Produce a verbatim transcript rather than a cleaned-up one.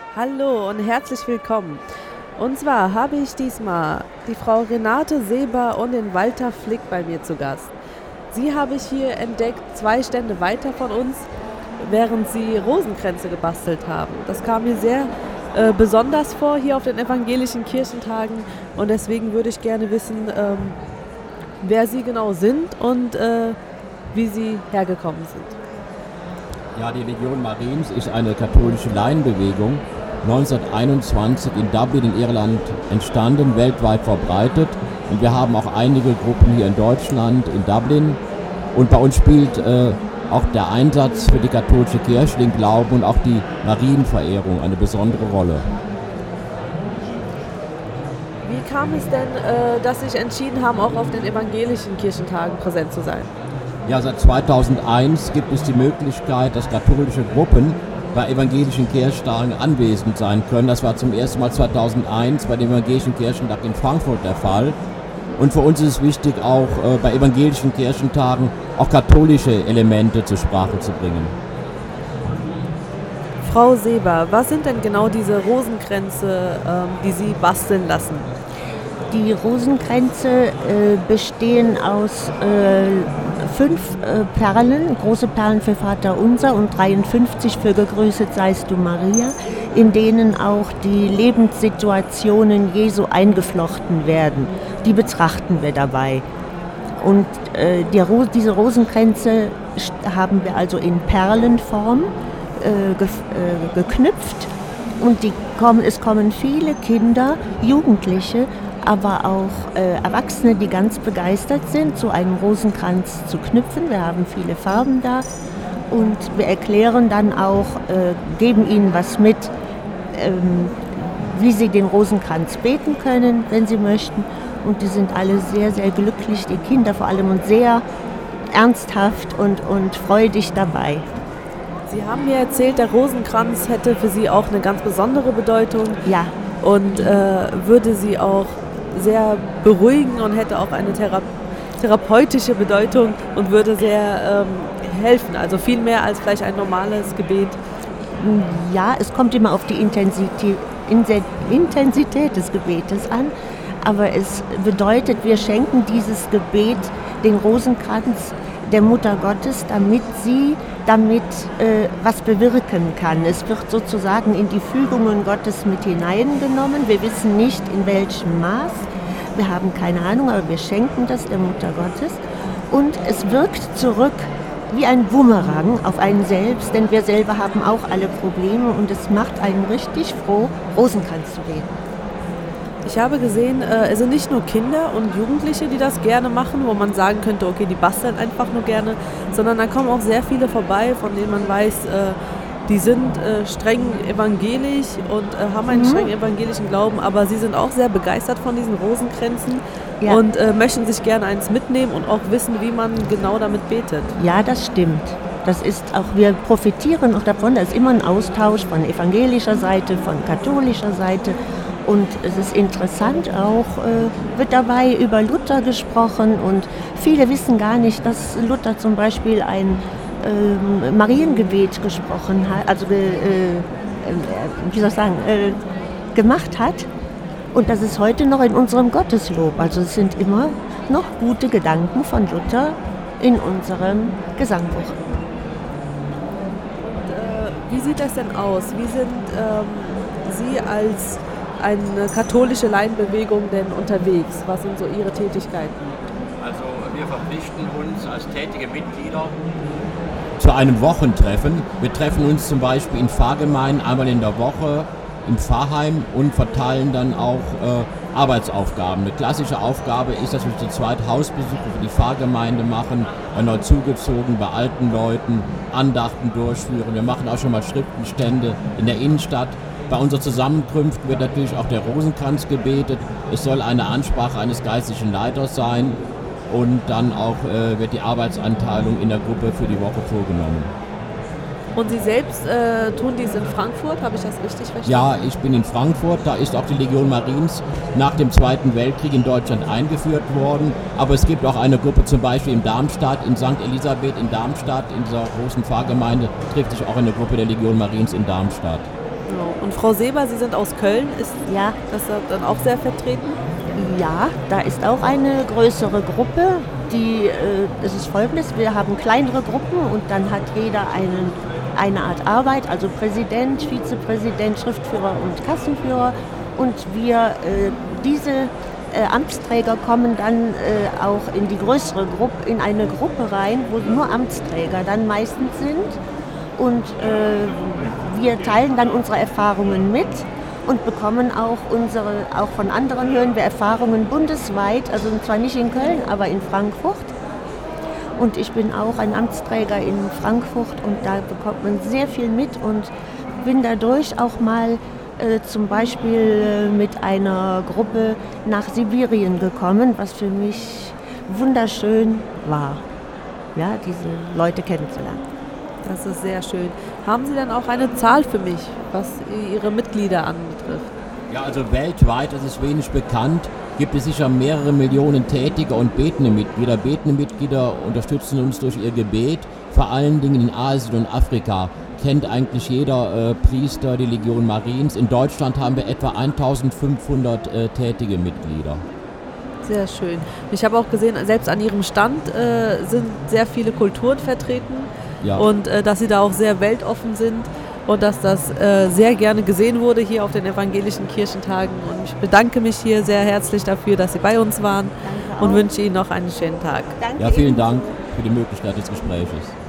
Hallo und herzlich willkommen. Und zwar habe ich diesmal die Frau Renate Seber und den Walter Flick bei mir zu Gast. Sie habe ich hier entdeckt, zwei Stände weiter von uns, während sie Rosenkränze gebastelt haben. Das kam mir sehr äh, besonders vor hier auf den evangelischen Kirchentagen und deswegen würde ich gerne wissen, ähm, wer Sie genau sind und äh, wie Sie hergekommen sind. Ja, die Legion Mariens ist eine katholische Laienbewegung, neunzehnhunderteinundzwanzig in Dublin in Irland entstanden, weltweit verbreitet. Und wir haben auch einige Gruppen hier in Deutschland, in Dublin. Und bei uns spielt äh, auch der Einsatz für die katholische Kirche, den Glauben und auch die Marienverehrung eine besondere Rolle. Wie kam es denn, äh, dass Sie sich entschieden haben, auch auf den evangelischen Kirchentagen präsent zu sein? Ja, seit zweitausendeins gibt es die Möglichkeit, dass katholische Gruppen bei evangelischen Kirchentagen anwesend sein können. Das war zum ersten Mal zweitausendeins bei dem evangelischen Kirchentag in Frankfurt der Fall. Und für uns ist es wichtig, auch äh, bei evangelischen Kirchentagen auch katholische Elemente zur Sprache zu bringen. Frau Seber, was sind denn genau diese Rosenkränze, ähm, die Sie basteln lassen? Die Rosenkränze äh, bestehen aus äh, fünf äh, Perlen, große Perlen für Vater Unser und dreiundfünfzig für Gegrüßet seist du Maria, in denen auch die Lebenssituationen Jesu eingeflochten werden. Die betrachten wir dabei. Und äh, die Ro- diese Rosenkränze haben wir also in Perlenform äh, ge- äh, geknüpft. Und die kommen, es kommen viele Kinder, Jugendliche, aber auch äh, Erwachsene, die ganz begeistert sind, so einen Rosenkranz zu knüpfen. Wir haben viele Farben da und wir erklären dann auch, äh, geben ihnen was mit, ähm, wie sie den Rosenkranz beten können, wenn sie möchten. Und die sind alle sehr, sehr glücklich, die Kinder vor allem, und sehr ernsthaft und, und freudig dabei. Sie haben mir erzählt, der Rosenkranz hätte für Sie auch eine ganz besondere Bedeutung. Ja. Und äh, würde Sie auch sehr beruhigen und hätte auch eine Thera- therapeutische Bedeutung und würde sehr ähm, helfen. Also viel mehr als vielleicht ein normales Gebet. Ja, es kommt immer auf die Intensität, Intensität des Gebetes an. Aber es bedeutet, wir schenken dieses Gebet, den Rosenkranz, der Mutter Gottes, damit sie damit äh, was bewirken kann. Es wird sozusagen in die Fügungen Gottes mit hineingenommen. Wir wissen nicht, in welchem Maß. Wir haben keine Ahnung, aber wir schenken das der Mutter Gottes. Und es wirkt zurück wie ein Bumerang auf einen selbst, denn wir selber haben auch alle Probleme und es macht einen richtig froh, Rosenkranz zu beten. Ich habe gesehen, äh, es sind nicht nur Kinder und Jugendliche, die das gerne machen, wo man sagen könnte, okay, die basteln einfach nur gerne, sondern da kommen auch sehr viele vorbei, von denen man weiß, äh, die sind äh, streng evangelisch und äh, haben einen mhm. streng evangelischen Glauben, aber sie sind auch sehr begeistert von diesen Rosenkränzen ja. und äh, möchten sich gerne eins mitnehmen und auch wissen, wie man genau damit betet. Ja, das stimmt. Das ist auch, wir profitieren auch davon, da ist immer ein Austausch von evangelischer Seite, von katholischer Seite. Und es ist interessant auch, äh, wird dabei über Luther gesprochen und viele wissen gar nicht, dass Luther zum Beispiel ein äh, Mariengebet gesprochen hat, also äh, äh, wie soll ich sagen, äh, gemacht hat und das ist heute noch in unserem Gotteslob. Also es sind immer noch gute Gedanken von Luther in unserem Gesangbuch. Und, äh, wie sieht das denn aus? Wie sind ähm, Sie als eine katholische Laienbewegung denn unterwegs? Was sind so Ihre Tätigkeiten? Also wir verpflichten uns als tätige Mitglieder zu einem Wochentreffen. Wir treffen uns zum Beispiel in Pfarrgemeinden einmal in der Woche im Pfarrheim und verteilen dann auch äh, Arbeitsaufgaben. Eine klassische Aufgabe ist, dass wir zu zweit Hausbesuche für die Pfarrgemeinde machen, bei neu zugezogen, bei alten Leuten, Andachten durchführen. Wir machen auch schon mal Schriftenstände in der Innenstadt. Bei unseren Zusammenkünften wird natürlich auch der Rosenkranz gebetet. Es soll eine Ansprache eines geistlichen Leiters sein und dann auch äh, wird die Arbeitsanteilung in der Gruppe für die Woche vorgenommen. Und Sie selbst äh, tun dies in Frankfurt, habe ich das richtig verstanden? Ja, ich bin in Frankfurt, da ist auch die Legion Mariens nach dem Zweiten Weltkrieg in Deutschland eingeführt worden. Aber es gibt auch eine Gruppe zum Beispiel in Darmstadt, in Sankt Elisabeth in Darmstadt, in dieser großen Pfarrgemeinde trifft sich auch eine Gruppe der Legion Mariens in Darmstadt. Und Frau Seber, Sie sind aus Köln, ist Ja, das dann auch sehr vertreten? ja, da ist auch eine größere Gruppe. Die, äh, das ist folgendes, wir haben kleinere Gruppen und dann hat jeder einen, eine Art Arbeit, also Präsident, Vizepräsident, Schriftführer und Kassenführer. Und wir, äh, diese äh, Amtsträger kommen dann äh, auch in die größere Gruppe, in eine Gruppe rein, wo nur Amtsträger dann meistens sind. Und äh, wir teilen dann unsere Erfahrungen mit und bekommen auch unsere, auch von anderen hören wir Erfahrungen bundesweit, also zwar nicht in Köln, aber in Frankfurt. Und ich bin auch ein Amtsträger in Frankfurt und da bekommt man sehr viel mit und bin dadurch auch mal äh, zum Beispiel äh, mit einer Gruppe nach Sibirien gekommen, was für mich wunderschön war, ja, diese Leute kennenzulernen. Das ist sehr schön. Haben Sie dann auch eine Zahl für mich, was Ihre Mitglieder anbetrifft? Ja, also weltweit, das ist wenig bekannt, gibt es sicher mehrere Millionen tätige und betende Mitglieder. Betende Mitglieder unterstützen uns durch ihr Gebet, vor allen Dingen in Asien und Afrika. Kennt eigentlich jeder äh, Priester die Legion Mariens. In Deutschland haben wir etwa eintausendfünfhundert äh, tätige Mitglieder. Sehr schön. Ich habe auch gesehen, selbst an Ihrem Stand äh, sind sehr viele Kulturen vertreten. Ja. Und äh, dass Sie da auch sehr weltoffen sind und dass das äh, sehr gerne gesehen wurde hier auf den evangelischen Kirchentagen. Und ich bedanke mich hier sehr herzlich dafür, dass Sie bei uns waren und wünsche Ihnen noch einen schönen Tag. Danke ja, vielen ebenso. Dank für die Möglichkeit des Gesprächs.